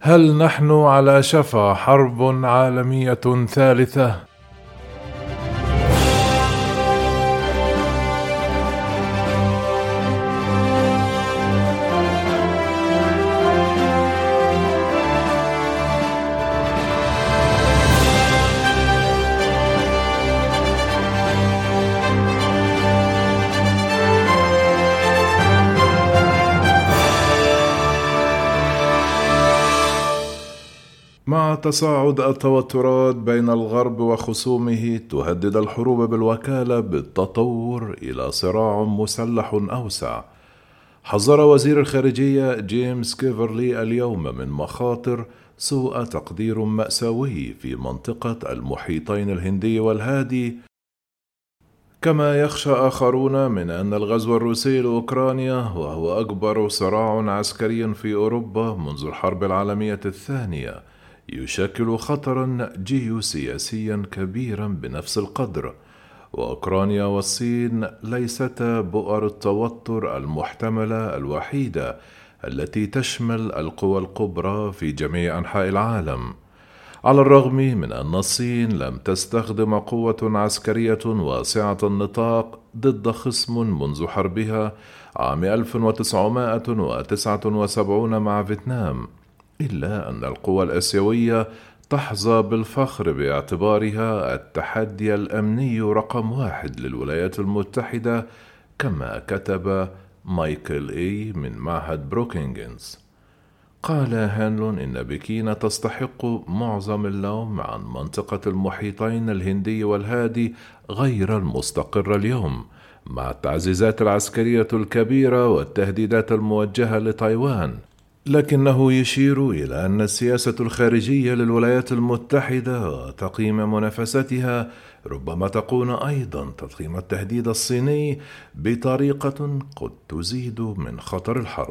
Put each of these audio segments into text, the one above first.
هل نحن على شفا حرب عالمية ثالثة؟ مع تصاعد التوترات بين الغرب وخصومه، تهدد الحروب بالوكالة بالتطور إلى صراع مسلح أوسع. حذر وزير الخارجية جيمس كيفرلي اليوم من مخاطر سوء تقدير مأساوي في منطقة المحيطين الهندي والهادي، كما يخشى آخرون من أن الغزو الروسي لأوكرانيا، وهو أكبر صراع عسكري في أوروبا منذ الحرب العالمية الثانية، يشكل خطرا جيوسياسيا كبيرا بنفس القدر. وأوكرانيا والصين ليستا بؤر التوتر المحتملة الوحيدة التي تشمل القوى الكبرى في جميع أنحاء العالم. على الرغم من أن الصين لم تستخدم قوة عسكرية واسعة النطاق ضد خصم منذ حربها عام 1979 مع فيتنام، إلا أن القوى الآسيوية تحظى بالفخر باعتبارها التحدي الأمني رقم 1 للولايات المتحدة، كما كتب مايكل إي من معهد بروكينغز. قال هانلون إن بكين تستحق معظم اللوم عن منطقة المحيطين الهندي والهادي غير المستقرة اليوم، مع التعزيزات العسكرية الكبيرة والتهديدات الموجهة لتايوان، لكنه يشير إلى أن السياسة الخارجية للولايات المتحدة وتقييم منافستها ربما تكون أيضا تقييم التهديد الصيني بطريقة قد تزيد من خطر الحرب.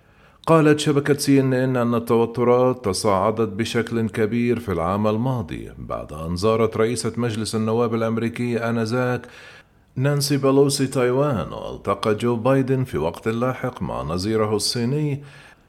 قالت شبكة CNN أن التوترات تصاعدت بشكل كبير في العام الماضي بعد أن زارت رئيسة مجلس النواب الأمريكي آنذاك نانسي بيلوسي تايوان، والتقى جو بايدن في وقت لاحق مع نظيره الصيني،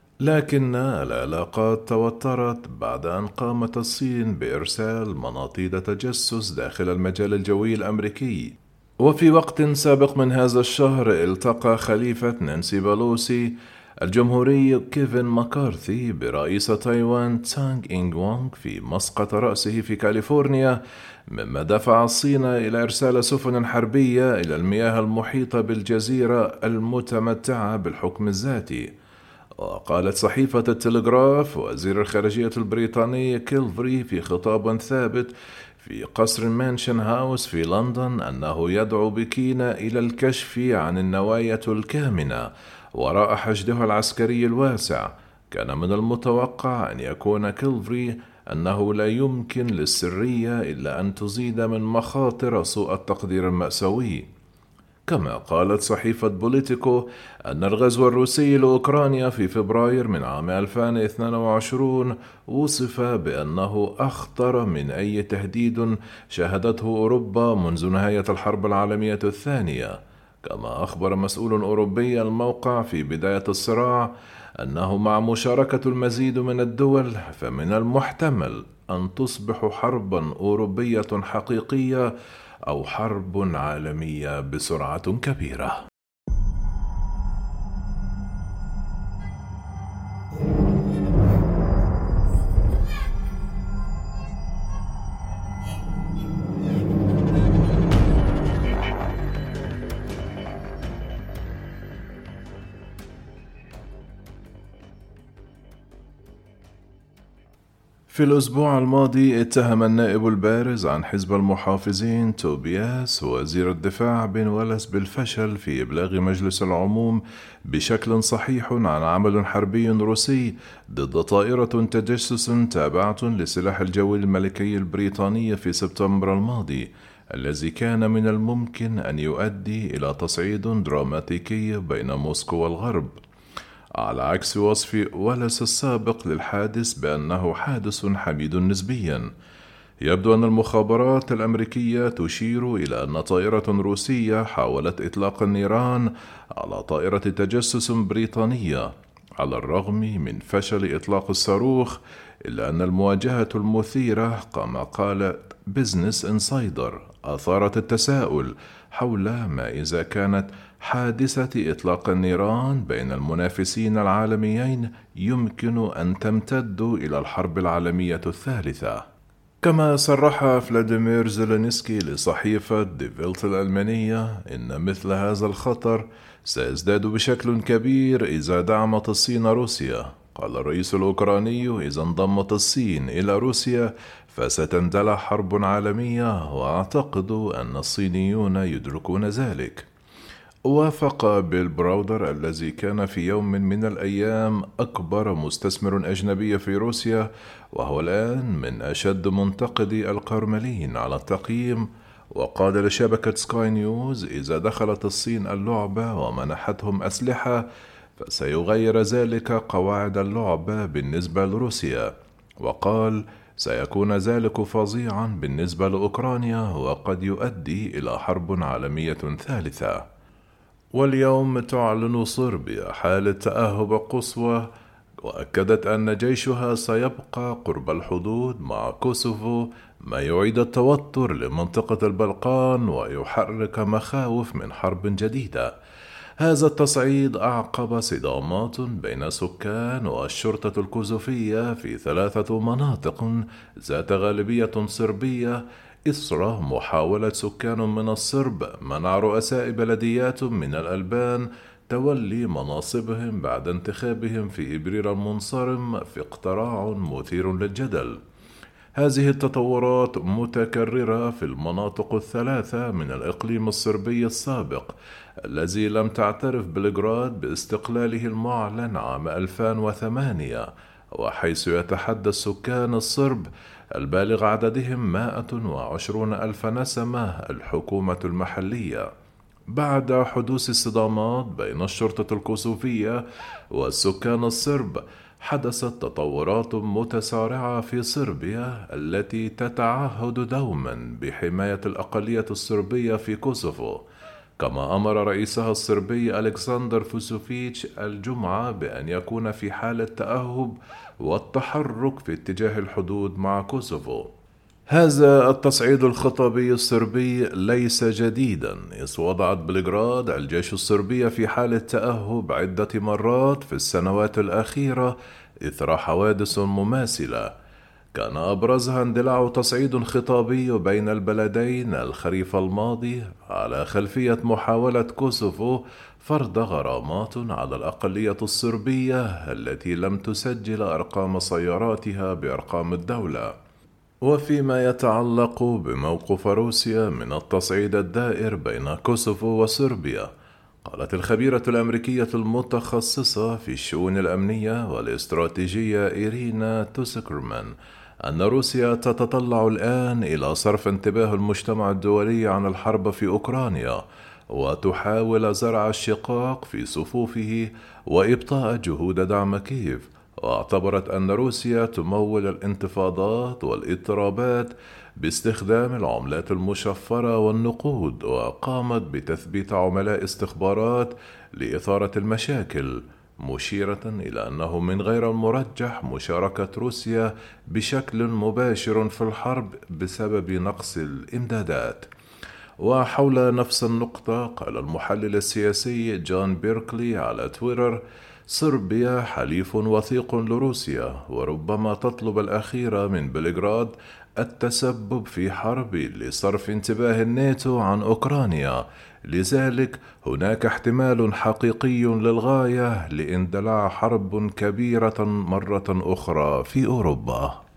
لكن العلاقات توترت بعد أن قامت الصين بإرسال مناطيد تجسس داخل المجال الجوي الأمريكي. وفي وقت سابق من هذا الشهر التقى خليفة نانسي بيلوسي الجمهوري كيفن ماكارثي برئيس تايوان تسانغ إنغ وانغ في مسقط رأسه في كاليفورنيا، مما دفع الصين إلى إرسال سفن حربية إلى المياه المحيطة بالجزيرة المتمتعة بالحكم الذاتي. وقالت صحيفة التلغراف وزير الخارجية البريطاني كيلفري في خطاب ثابت في قصر مانشن هاوس في لندن أنه يدعو بكين إلى الكشف عن النوايا الكامنة وراء حشدها العسكري الواسع. كان من المتوقع أن يكون كيلفري أنه لا يمكن للسرية إلا أن تزيد من مخاطر سوء التقدير المأساوي. كما قالت صحيفة بوليتيكو أن الغزو الروسي لأوكرانيا في فبراير من عام 2022 وصف بأنه أخطر من أي تهديد شهدته أوروبا منذ نهاية الحرب العالمية الثانية. كما أخبر مسؤول أوروبي الموقع في بداية الصراع أنه مع مشاركة المزيد من الدول فمن المحتمل أن تصبح حربا أوروبية حقيقية أو حرب عالمية بسرعة كبيرة. في الأسبوع الماضي اتهم النائب البارز عن حزب المحافظين توبياس وزير الدفاع بن ولس بالفشل في إبلاغ مجلس العموم بشكل صحيح عن عمل حربي روسي ضد طائرة تجسس تابعة لسلاح الجو الملكي البريطاني في سبتمبر الماضي، الذي كان من الممكن أن يؤدي إلى تصعيد دراماتيكي بين موسكو والغرب، على عكس وصف ولس السابق للحادث بأنه حادث حميد نسبيا. يبدو أن المخابرات الأمريكية تشير إلى أن طائرة روسية حاولت إطلاق النيران على طائرة تجسس بريطانية، على الرغم من فشل إطلاق الصاروخ، إلا أن المواجهة المثيرة كما قالت بيزنس إنسايدر أثارت التساؤل حول ما إذا كانت حادثة إطلاق النيران بين المنافسين العالميين يمكن أن تمتد إلى الحرب العالمية الثالثة. كما صرح فلاديمير زيلينسكي لصحيفة دي فيلت الألمانية إن مثل هذا الخطر سيزداد بشكل كبير إذا دعمت الصين روسيا. قال الرئيس الأوكراني: إذا انضمت الصين إلى روسيا فستندلع حرب عالمية، وأعتقد أن الصينيون يدركون ذلك. وافق بيل براودر الذي كان في يوم من الأيام أكبر مستثمر أجنبي في روسيا، وهو الآن من أشد منتقدي القرملين على التقييم، وقال لشبكة سكاي نيوز: إذا دخلت الصين اللعبة ومنحتهم أسلحة فسيغير ذلك قواعد اللعبة بالنسبة لروسيا. وقال: سيكون ذلك فظيعا بالنسبة لأوكرانيا وقد يؤدي إلى حرب عالمية ثالثة. واليوم تعلن صربيا حالة تأهب قصوى، وأكدت أن جيشها سيبقى قرب الحدود مع كوسوفو، ما يعيد التوتر لمنطقة البلقان ويحرك مخاوف من حرب جديدة. هذا التصعيد أعقب صدامات بين سكان والشرطة الكوسوفية في 3 مناطق ذات غالبية صربية، إثر محاولة سكان من الصرب منع رؤساء بلديات من الألبان تولي مناصبهم بعد انتخابهم في إبريل المنصرم في اقتراع مثير للجدل. هذه التطورات متكررة في المناطق ال3 من الإقليم الصربي السابق الذي لم تعترف بلغراد باستقلاله المعلن عام 2008، وحيث يتحدى السكان الصرب البالغ عددهم 120 ألف نسمة الحكومة المحلية. بعد حدوث الصدامات بين الشرطة الكوسوفية والسكان الصرب، حدثت تطورات متسارعة في صربيا التي تتعهد دوما بحماية الأقلية الصربية في كوسوفو. كما أمر رئيسها الصربي ألكسندر فوسوفيتش الجمعة بأن يكون في حالة تأهب والتحرك في اتجاه الحدود مع كوسوفو. هذا التصعيد الخطابي الصربي ليس جديدا، إذ وضعت بلغراد الجيش الصربي في حالة تأهب عدة مرات في السنوات الأخيرة إثر حوادث مماثلة، كان أبرزها اندلاع تصعيد خطابي بين البلدين الخريف الماضي على خلفية محاولة كوسوفو فرض غرامات على الأقلية الصربية التي لم تسجل أرقام سياراتها بأرقام الدولة. وفيما يتعلق بموقف روسيا من التصعيد الدائر بين كوسوفو وصربيا، قالت الخبيرة الأمريكية المتخصصة في الشؤون الأمنية والاستراتيجية إيرينا توسكرمان أن روسيا تتطلع الآن إلى صرف انتباه المجتمع الدولي عن الحرب في أوكرانيا، وتحاول زرع الشقاق في صفوفه وإبطاء جهود دعم كييف. واعتبرت أن روسيا تمول الانتفاضات والاضطرابات باستخدام العملات المشفرة والنقود، وقامت بتثبيت عملاء استخبارات لإثارة المشاكل، مشيرة إلى أنه من غير المرجح مشاركة روسيا بشكل مباشر في الحرب بسبب نقص الإمدادات. وحول نفس النقطة قال المحلل السياسي جون بيركلي على تويتر: صربيا حليف وثيق لروسيا، وربما تطلب الأخير من بلغراد التسبب في حرب لصرف انتباه الناتو عن أوكرانيا، لذلك هناك احتمال حقيقي للغاية لاندلاع حرب كبيرة مرة أخرى في أوروبا.